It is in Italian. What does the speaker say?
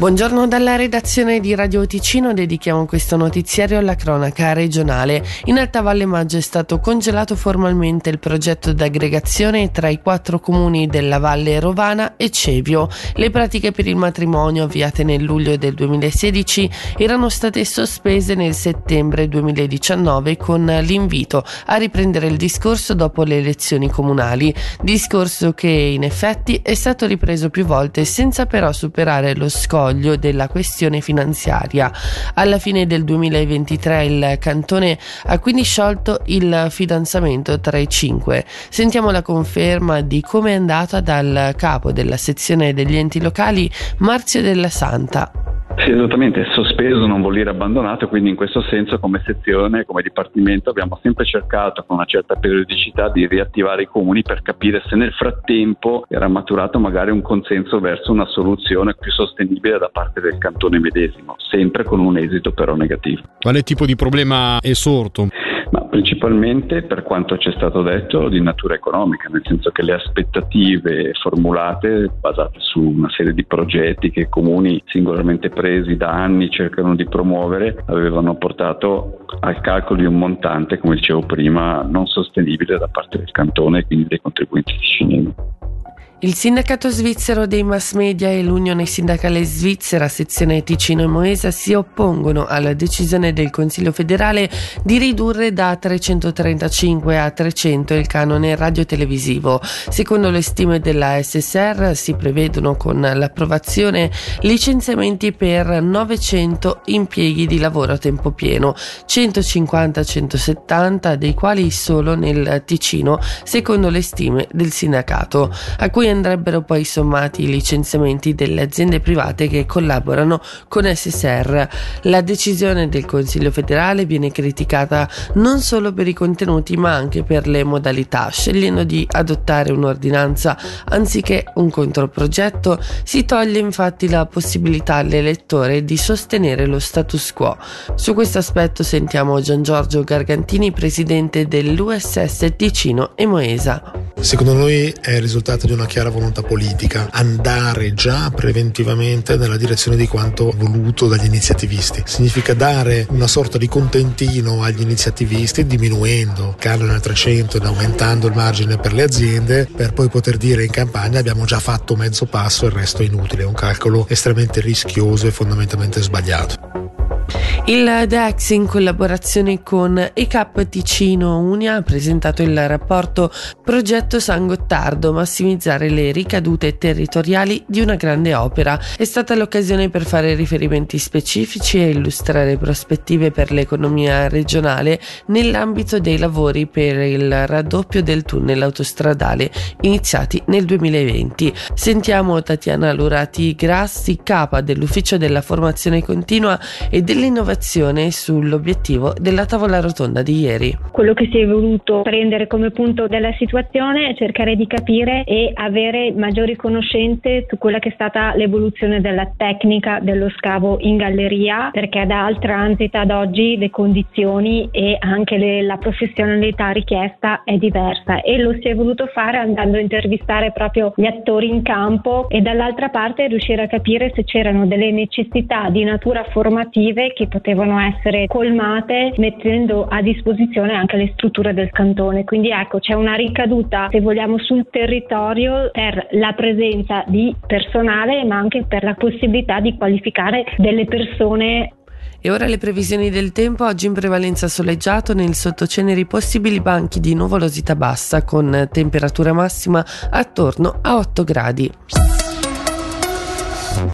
Buongiorno dalla redazione di Radio Ticino, dedichiamo questo notiziario alla cronaca regionale. In Alta Valle Maggia è stato congelato formalmente il progetto d'aggregazione tra i 4 comuni della Valle Rovana e Cevio. Le pratiche per il matrimonio avviate nel luglio del 2016 erano state sospese nel settembre 2019 con l'invito a riprendere il discorso dopo le elezioni comunali, discorso che in effetti è stato ripreso più volte senza però superare lo scoglio della questione finanziaria. Alla fine del 2023 il cantone ha quindi sciolto il fidanzamento tra i 5. Sentiamo la conferma di come è andata dal capo della sezione degli enti locali, Marzio Della Santa. Sì, esattamente, sospeso non vuol dire abbandonato, quindi in questo senso come sezione, come dipartimento abbiamo sempre cercato con una certa periodicità di riattivare i comuni per capire se nel frattempo era maturato magari un consenso verso una soluzione più sostenibile da parte del cantone medesimo, sempre con un esito però negativo. Quale tipo di problema è sorto? Ma principalmente, per quanto ci è stato detto, di natura economica, nel senso che le aspettative formulate, basate su una serie di progetti che i comuni singolarmente presi da anni cercano di promuovere, avevano portato al calcolo di un montante, come dicevo prima, non sostenibile da parte del cantone e quindi dei contribuenti ticinesi. Il sindacato svizzero dei mass media e l'Unione Sindacale Svizzera, sezione Ticino e Moesa, si oppongono alla decisione del Consiglio federale di ridurre da 335 a 300 il canone radiotelevisivo. Secondo le stime della SSR si prevedono con l'approvazione licenziamenti per 900 impieghi di lavoro a tempo pieno, 150-170 dei quali solo nel Ticino, secondo le stime del sindacato, a cui andrebbero poi sommati i licenziamenti delle aziende private che collaborano con SSR. La decisione del Consiglio federale viene criticata non solo per i contenuti ma anche per le modalità. Scegliendo di adottare un'ordinanza anziché un controprogetto, si toglie infatti la possibilità all'elettore di sostenere lo status quo. Su questo aspetto sentiamo Gian Giorgio Gargantini, presidente dell'USS Ticino e Moesa. Secondo noi è il risultato di una chiara volontà politica, andare già preventivamente nella direzione di quanto voluto dagli iniziativisti. Significa dare una sorta di contentino agli iniziativisti, diminuendo il canone a 300 ed aumentando il margine per le aziende, per poi poter dire in campagna abbiamo già fatto mezzo passo, il resto è inutile. È un calcolo estremamente rischioso e fondamentalmente sbagliato. Il DEX, in collaborazione con ECAP Ticino Unia, ha presentato il rapporto Progetto San Gottardo, massimizzare le ricadute territoriali di una grande opera. È stata l'occasione per fare riferimenti specifici e illustrare prospettive per l'economia regionale nell'ambito dei lavori per il raddoppio del tunnel autostradale iniziati nel 2020. Sentiamo Tatiana Lurati Grassi, capa dell'Ufficio della Formazione Continua e dell'Innovazione, sull'obiettivo della tavola rotonda di ieri. Quello che si è voluto prendere come punto della situazione è cercare di capire e avere maggiori conoscenze su quella che è stata l'evoluzione della tecnica dello scavo in galleria, perché dal transito ad oggi le condizioni e anche la professionalità richiesta è diversa, e lo si è voluto fare andando a intervistare proprio gli attori in campo e dall'altra parte riuscire a capire se c'erano delle necessità di natura formative che potevano essere colmate mettendo a disposizione anche le strutture del cantone. Quindi ecco, c'è una ricaduta, se vogliamo, sul territorio per la presenza di personale ma anche per la possibilità di qualificare delle persone. E ora le previsioni del tempo. Oggi in prevalenza soleggiato, nel sottoceneri possibili banchi di nuvolosità bassa con temperatura massima attorno a 8 gradi.